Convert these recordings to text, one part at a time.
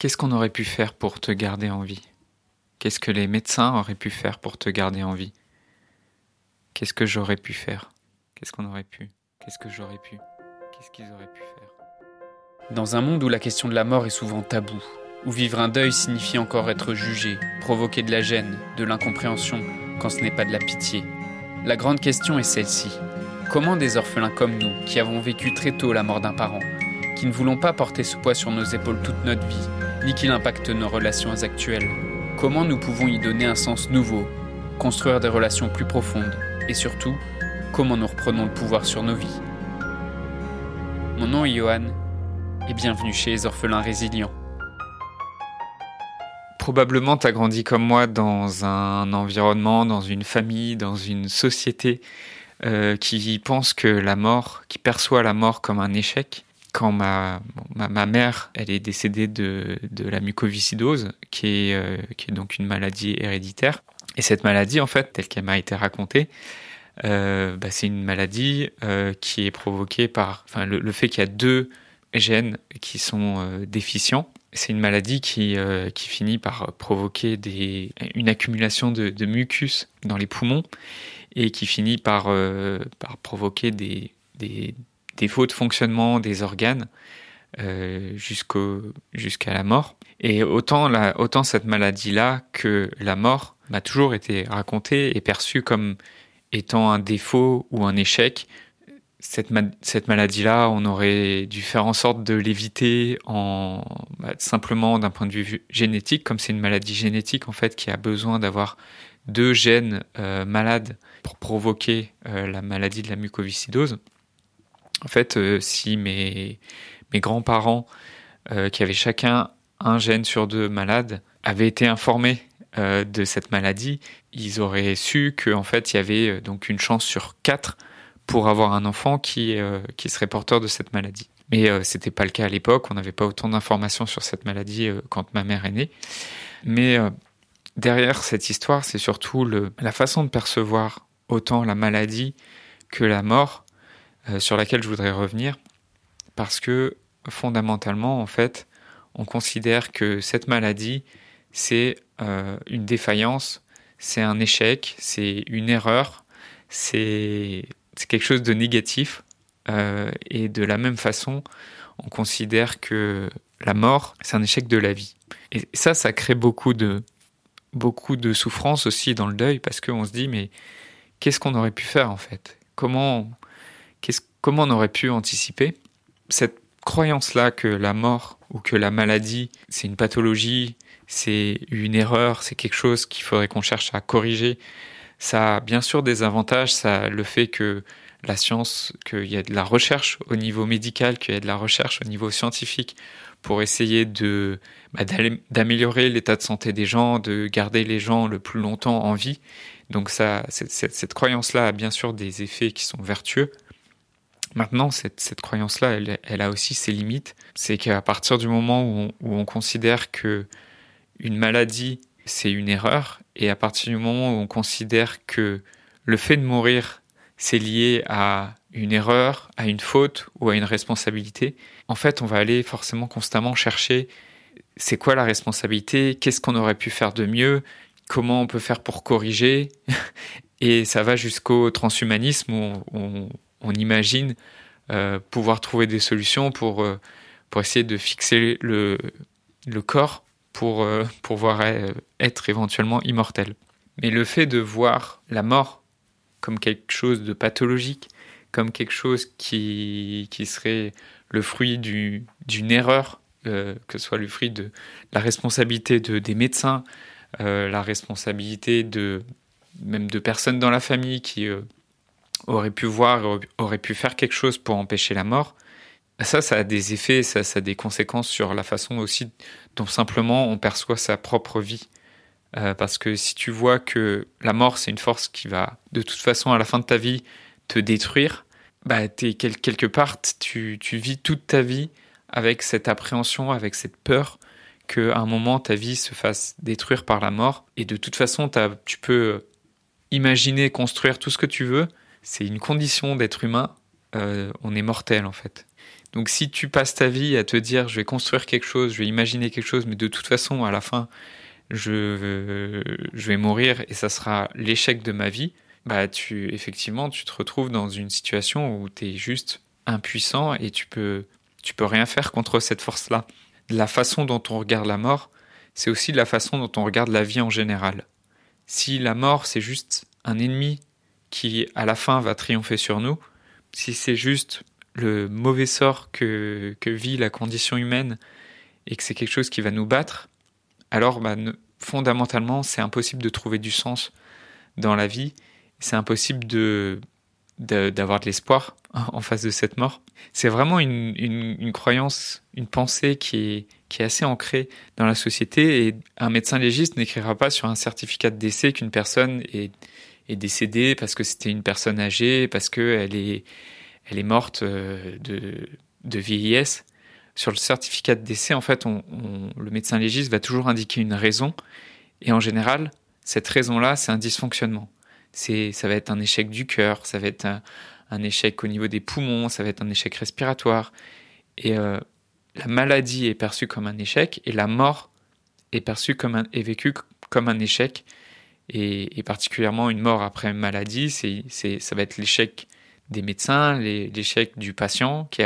Qu'est-ce qu'on aurait pu faire pour te garder en vie? Qu'est-ce que les médecins auraient pu faire pour te garder en vie? Qu'est-ce que j'aurais pu faire? Qu'est-ce qu'on aurait pu? Qu'est-ce que j'aurais pu? Qu'est-ce qu'ils auraient pu faire? Dans un monde où la question de la mort est souvent taboue, où vivre un deuil signifie encore être jugé, provoquer de la gêne, de l'incompréhension, quand ce n'est pas de la pitié, la grande question est celle-ci. Comment des orphelins comme nous, qui avons vécu très tôt la mort d'un parent, qui ne voulons pas porter ce poids sur nos épaules toute notre vie, ni qu'il impacte nos relations actuelles, comment nous pouvons y donner un sens nouveau, construire des relations plus profondes, et surtout, comment nous reprenons le pouvoir sur nos vies? Mon nom est Johan, et bienvenue chez les orphelins résilients. Probablement t'as grandi comme moi dans un environnement, dans une famille, dans une société qui pense que la mort, qui perçoit la mort comme un échec. Quand ma mère, elle est décédée de la mucoviscidose, qui est donc une maladie héréditaire. Et cette maladie, en fait, telle qu'elle m'a été racontée, c'est une maladie qui est provoquée par le fait qu'il y a deux gènes qui sont déficients. C'est une maladie qui finit par provoquer une accumulation de mucus dans les poumons et qui finit par provoquer des défauts de fonctionnement des organes jusqu'à la mort. Et autant cette maladie-là que la mort m'a toujours été racontée et perçue comme étant un défaut ou un échec. Cette maladie-là, on aurait dû faire en sorte de l'éviter simplement d'un point de vue génétique, comme c'est une maladie génétique en fait qui a besoin d'avoir deux gènes malades pour provoquer la maladie de la mucoviscidose. En fait, si mes grands-parents, qui avaient chacun un gène sur deux malade, avaient été informés de cette maladie, ils auraient su qu'en fait, il y avait donc une chance sur 4 pour avoir un enfant qui serait porteur de cette maladie. Mais c'était pas le cas à l'époque, on n'avait pas autant d'informations sur cette maladie quand ma mère est née. Mais derrière cette histoire, c'est surtout la façon de percevoir autant la maladie que la mort, sur laquelle je voudrais revenir, parce que fondamentalement, en fait, on considère que cette maladie, c'est une défaillance, c'est un échec, c'est une erreur, c'est quelque chose de négatif. Et de la même façon, on considère que la mort, c'est un échec de la vie. Et ça crée beaucoup de souffrance aussi dans le deuil, parce qu'on se dit, mais qu'est-ce qu'on aurait pu faire en fait? Comment on aurait pu anticiper cette croyance-là que la mort ou que la maladie, c'est une pathologie, c'est une erreur, c'est quelque chose qu'il faudrait qu'on cherche à corriger. Ça a bien sûr des avantages, ça le fait que la science, qu'il y a de la recherche au niveau médical, qu'il y a de la recherche au niveau scientifique pour essayer d'améliorer l'état de santé des gens, de garder les gens le plus longtemps en vie. Donc cette croyance-là a bien sûr des effets qui sont vertueux. Maintenant, cette croyance-là, elle a aussi ses limites. C'est qu'à partir du moment où on considère que une maladie, c'est une erreur, et à partir du moment où on considère que le fait de mourir, c'est lié à une erreur, à une faute ou à une responsabilité, en fait, on va aller forcément constamment chercher c'est quoi la responsabilité, qu'est-ce qu'on aurait pu faire de mieux, comment on peut faire pour corriger, et ça va jusqu'au transhumanisme où on imagine pouvoir trouver des solutions pour essayer de fixer le corps pour pouvoir être éventuellement immortel. Mais le fait de voir la mort comme quelque chose de pathologique, comme quelque chose qui serait le fruit d'une erreur, que ce soit le fruit de la responsabilité des médecins, la responsabilité même de personnes dans la famille qui auraient pu voir, auraient pu faire quelque chose pour empêcher la mort, ça a des effets, ça a des conséquences sur la façon aussi dont simplement on perçoit sa propre vie. Parce que si tu vois que la mort, c'est une force qui va, de toute façon, à la fin de ta vie, te détruire, quelque part, tu vis toute ta vie avec cette appréhension, avec cette peur qu'à un moment, ta vie se fasse détruire par la mort. Et de toute façon, tu peux imaginer, construire tout ce que tu veux. C'est une condition d'être humain. On est mortel, en fait. Donc si tu passes ta vie à te dire je vais construire quelque chose, je vais imaginer quelque chose, mais de toute façon à la fin je vais mourir et ça sera l'échec de ma vie, effectivement tu te retrouves dans une situation où tu es juste impuissant et tu peux rien faire contre cette force-là. La façon dont on regarde la mort, c'est aussi la façon dont on regarde la vie en général. Si la mort c'est juste un ennemi qui à la fin va triompher sur nous, si c'est juste le mauvais sort que vit la condition humaine et que c'est quelque chose qui va nous battre, alors fondamentalement c'est impossible de trouver du sens dans la vie, c'est impossible d'avoir de l'espoir en face de cette mort. C'est vraiment une croyance, une pensée qui est assez ancrée dans la société, et un médecin légiste n'écrira pas sur un certificat de décès qu'une personne est décédée parce que c'était une personne âgée, parce qu'elle est morte de vieillesse. Sur le certificat de décès, en fait, le médecin légiste va toujours indiquer une raison, et en général, cette raison-là, c'est un dysfonctionnement. Ça va être un échec du cœur, ça va être un échec au niveau des poumons, ça va être un échec respiratoire. Et la maladie est perçue comme un échec, et la mort est vécue comme un échec, et particulièrement une mort après une maladie, ça va être l'échec des médecins, l'échec du patient qui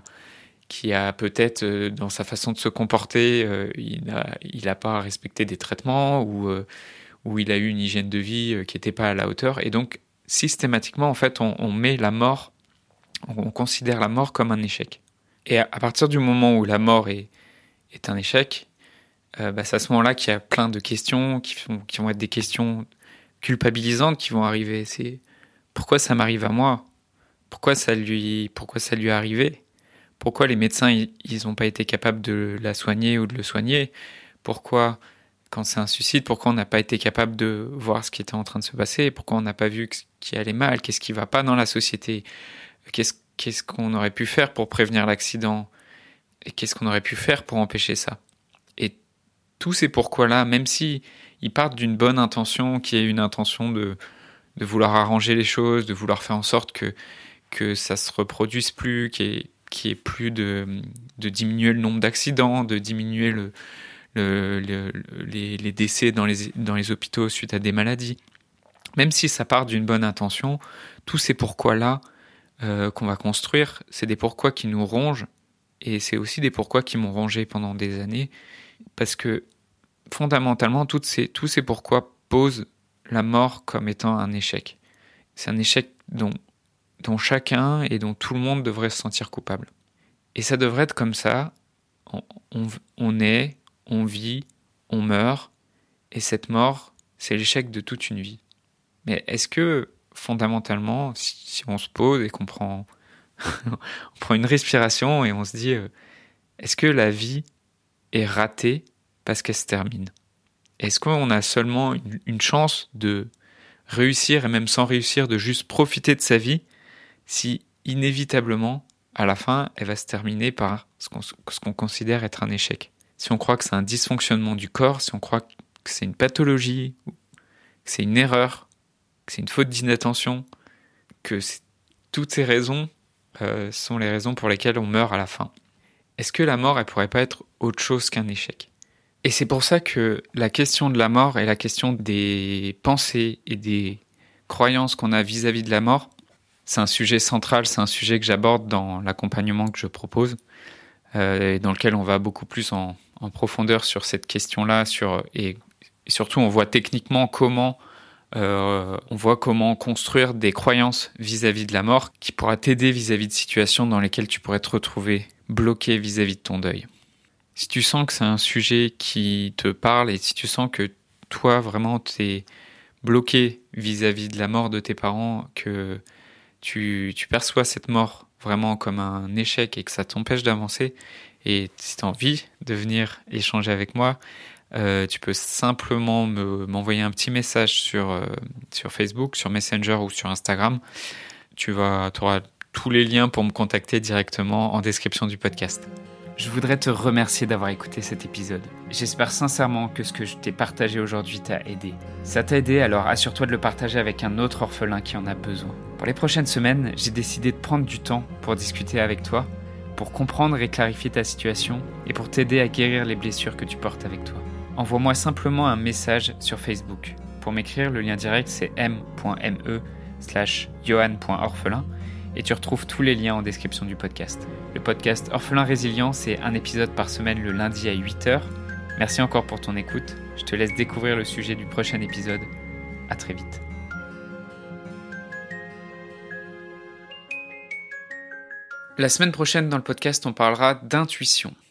a peut-être dans sa façon de se comporter, il n'a pas respecté des traitements, ou il a eu une hygiène de vie qui n'était pas à la hauteur. Et donc, systématiquement, en fait, on met la mort, on considère la mort comme un échec. Et à partir du moment où la mort est un échec, c'est à ce moment-là qu'il y a plein de questions qui vont être des questions culpabilisantes qui vont arriver. C'est pourquoi ça m'arrive à moi ? Pourquoi ça lui est arrivé ? Pourquoi les médecins ils n'ont pas été capables de la soigner ou de le soigner ? Pourquoi, quand c'est un suicide, pourquoi on n'a pas été capable de voir ce qui était en train de se passer ? Pourquoi on n'a pas vu ce qui allait mal ? Qu'est-ce qui ne va pas dans la société ? Qu'est-ce qu'on aurait pu faire pour prévenir l'accident ? Et qu'est-ce qu'on aurait pu faire pour empêcher ça ? Et tous ces pourquoi-là, même si ils partent d'une bonne intention, qui est une intention de vouloir arranger les choses, de vouloir faire en sorte que ça se reproduise plus, qu'il y ait plus de diminuer le nombre d'accidents, de diminuer les décès dans les hôpitaux suite à des maladies. Même si ça part d'une bonne intention, tous ces pourquoi-là qu'on va construire, c'est des pourquoi qui nous rongent, et c'est aussi des pourquoi qui m'ont rongé pendant des années, parce que fondamentalement, tous ces pourquoi posent la mort comme étant un échec. C'est un échec dont chacun et dont tout le monde devrait se sentir coupable. Et ça devrait être comme ça. On naît, on vit, on meurt, et cette mort, c'est l'échec de toute une vie. Mais est-ce que, fondamentalement, si on se pose et qu'on prend une respiration et on se dit est-ce que la vie est ratée parce qu'elle se termine ? Est-ce qu'on a seulement une chance de réussir, et même sans réussir, de juste profiter de sa vie, si inévitablement, à la fin, elle va se terminer par ce qu'on considère être un échec ? Si on croit que c'est un dysfonctionnement du corps, si on croit que c'est une pathologie, que c'est une erreur, que c'est une faute d'inattention, que toutes ces raisons sont les raisons pour lesquelles on meurt à la fin. Est-ce que la mort, elle pourrait pas être autre chose qu'un échec ? Et c'est pour ça que la question de la mort et la question des pensées et des croyances qu'on a vis-à-vis de la mort, c'est un sujet central, c'est un sujet que j'aborde dans l'accompagnement que je propose, et dans lequel on va beaucoup plus en profondeur sur cette question-là, et surtout on voit techniquement comment construire des croyances vis-à-vis de la mort qui pourra t'aider vis-à-vis de situations dans lesquelles tu pourrais te retrouver bloqué vis-à-vis de ton deuil. Si tu sens que c'est un sujet qui te parle, et si tu sens que toi vraiment t'es bloqué vis-à-vis de la mort de tes parents, que tu perçois cette mort vraiment comme un échec et que ça t'empêche d'avancer, et si tu as envie de venir échanger avec moi, tu peux simplement m'envoyer un petit message sur Facebook, sur Messenger ou sur Instagram. Tu auras tous les liens pour me contacter directement en description du podcast. Je voudrais te remercier d'avoir écouté cet épisode. J'espère sincèrement que ce que je t'ai partagé aujourd'hui t'a aidé. Ça t'a aidé, alors assure-toi de le partager avec un autre orphelin qui en a besoin. Pour les prochaines semaines, j'ai décidé de prendre du temps pour discuter avec toi, pour comprendre et clarifier ta situation et pour t'aider à guérir les blessures que tu portes avec toi. Envoie-moi simplement un message sur Facebook. Pour m'écrire, le lien direct c'est m.me/johan.orphelin et tu retrouves tous les liens en description du podcast. Le podcast Orphelin Résilient, c'est un épisode par semaine le lundi à 8h. Merci encore pour ton écoute. Je te laisse découvrir le sujet du prochain épisode. À très vite. La semaine prochaine dans le podcast, on parlera d'intuition.